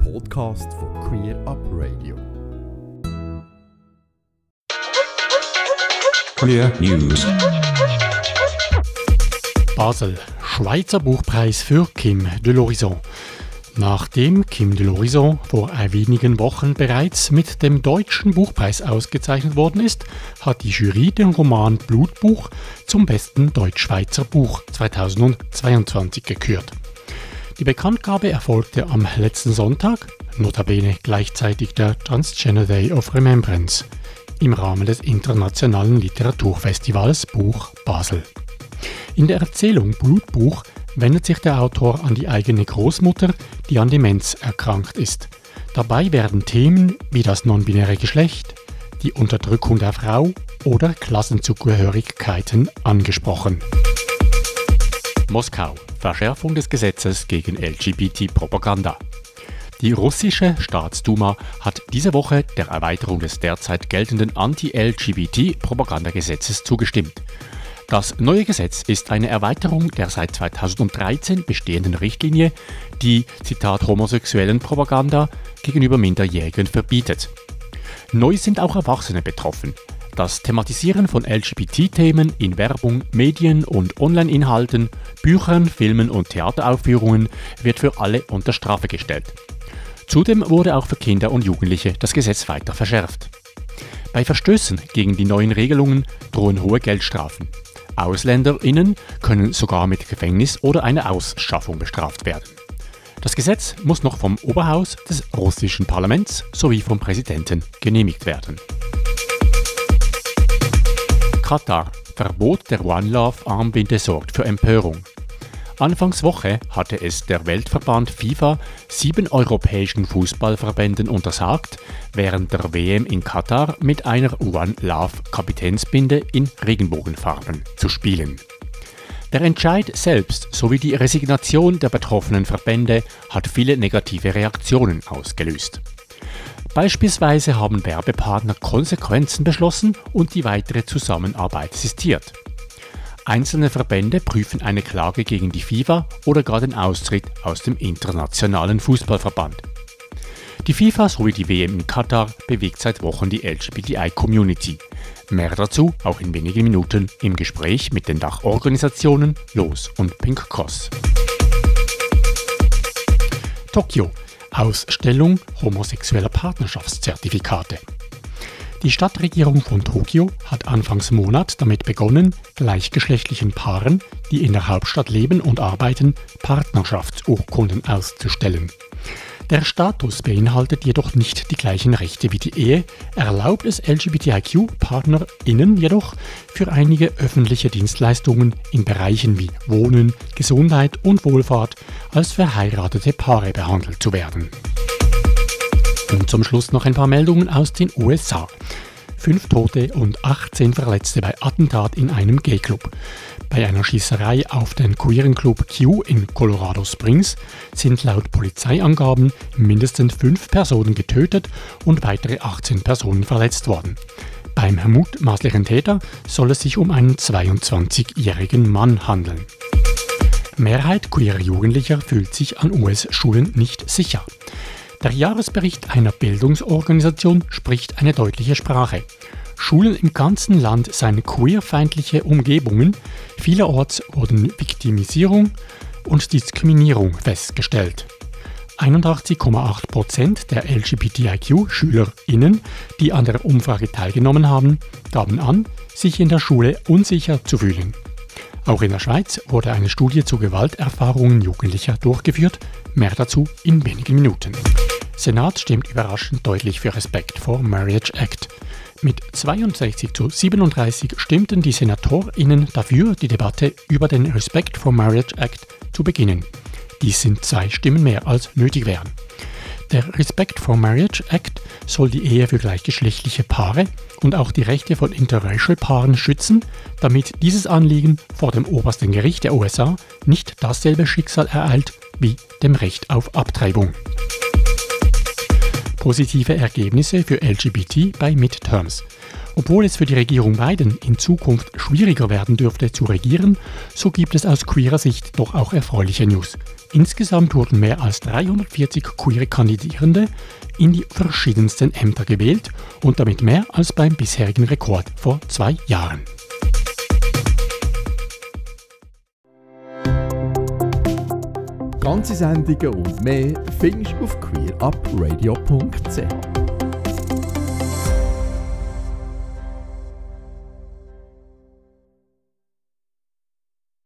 Podcast von Queer Up Radio. Queer News. Basel, Schweizer Buchpreis für Kim de l'Horizon. Nachdem Kim de l'Horizon vor wenigen Wochen bereits mit dem Deutschen Buchpreis ausgezeichnet worden ist, hat die Jury den Roman Blutbuch zum besten Deutsch-Schweizer Buch 2022 gekürt. Die Bekanntgabe erfolgte am letzten Sonntag, notabene gleichzeitig der Transgender Day of Remembrance, im Rahmen des internationalen Literaturfestivals Buch Basel. In der Erzählung Blutbuch wendet sich der Autor an die eigene Großmutter, die an Demenz erkrankt ist. Dabei werden Themen wie das non-binäre Geschlecht, die Unterdrückung der Frau oder Klassenzugehörigkeiten angesprochen. Moskau. Verschärfung des Gesetzes gegen LGBT-Propaganda. Die russische Staatsduma hat diese Woche der Erweiterung des derzeit geltenden Anti-LGBT-Propagandagesetzes zugestimmt. Das neue Gesetz ist eine Erweiterung der seit 2013 bestehenden Richtlinie, die, Zitat, homosexuellen Propaganda gegenüber Minderjährigen verbietet. Neu sind auch Erwachsene betroffen. Das Thematisieren von LGBT-Themen in Werbung, Medien und Online-Inhalten, Büchern, Filmen und Theateraufführungen wird für alle unter Strafe gestellt. Zudem wurde auch für Kinder und Jugendliche das Gesetz weiter verschärft. Bei Verstößen gegen die neuen Regelungen drohen hohe Geldstrafen. AusländerInnen können sogar mit Gefängnis oder einer Ausschaffung bestraft werden. Das Gesetz muss noch vom Oberhaus des russischen Parlaments sowie vom Präsidenten genehmigt werden. Katar. Verbot der One Love Armbinde sorgt für Empörung. Anfangswoche hatte es der Weltverband FIFA 7 europäischen Fußballverbänden untersagt, während der WM in Katar mit einer One Love Kapitänsbinde in Regenbogenfarben zu spielen. Der Entscheid selbst sowie die Resignation der betroffenen Verbände hat viele negative Reaktionen ausgelöst. Beispielsweise haben Werbepartner Konsequenzen beschlossen und die weitere Zusammenarbeit sistiert. Einzelne Verbände prüfen eine Klage gegen die FIFA oder gar den Austritt aus dem internationalen Fußballverband. Die FIFA sowie die WM in Katar bewegt seit Wochen die LGBTI-Community. Mehr dazu auch in wenigen Minuten im Gespräch mit den Dachorganisationen LOS und Pink Cross. Tokio. Ausstellung homosexueller Partnerschaftszertifikate. Die Stadtregierung von Tokio hat Anfangs Monat damit begonnen, gleichgeschlechtlichen Paaren, die in der Hauptstadt leben und arbeiten, Partnerschaftsurkunden auszustellen. Der Status beinhaltet jedoch nicht die gleichen Rechte wie die Ehe, erlaubt es LGBTIQ-PartnerInnen jedoch für einige öffentliche Dienstleistungen in Bereichen wie Wohnen, Gesundheit und Wohlfahrt als verheiratete Paare behandelt zu werden. Und zum Schluss noch ein paar Meldungen aus den USA. 5 Tote und 18 Verletzte bei Attentat in einem Gay-Club. Bei einer Schießerei auf den queeren Club Q in Colorado Springs sind laut Polizeiangaben mindestens 5 Personen getötet und weitere 18 Personen verletzt worden. Beim mutmaßlichen Täter soll es sich um einen 22-jährigen Mann handeln. Mehrheit queerer Jugendlicher fühlt sich an US-Schulen nicht sicher. Der Jahresbericht einer Bildungsorganisation spricht eine deutliche Sprache. Schulen im ganzen Land seien queerfeindliche Umgebungen. Vielerorts wurden Viktimisierung und Diskriminierung festgestellt. 81,8% der LGBTIQ-SchülerInnen, die an der Umfrage teilgenommen haben, gaben an, sich in der Schule unsicher zu fühlen. Auch in der Schweiz wurde eine Studie zu Gewalterfahrungen Jugendlicher durchgeführt. Mehr dazu in wenigen Minuten. Senat stimmt überraschend deutlich für Respect for Marriage Act. Mit 62:37 stimmten die SenatorInnen dafür, die Debatte über den Respect for Marriage Act zu beginnen. Dies sind 2 Stimmen mehr als nötig wären. Der Respect for Marriage Act soll die Ehe für gleichgeschlechtliche Paare und auch die Rechte von interracial Paaren schützen, damit dieses Anliegen vor dem obersten Gericht der USA nicht dasselbe Schicksal ereilt wie dem Recht auf Abtreibung. Positive Ergebnisse für LGBT bei Midterms. Obwohl es für die Regierung Biden in Zukunft schwieriger werden dürfte zu regieren, so gibt es aus queerer Sicht doch auch erfreuliche News. Insgesamt wurden mehr als 340 queere Kandidierende in die verschiedensten Ämter gewählt und damit mehr als beim bisherigen Rekord vor 2 Jahren. Ganze Sendungen und mehr findest du auf queerupradio.ch.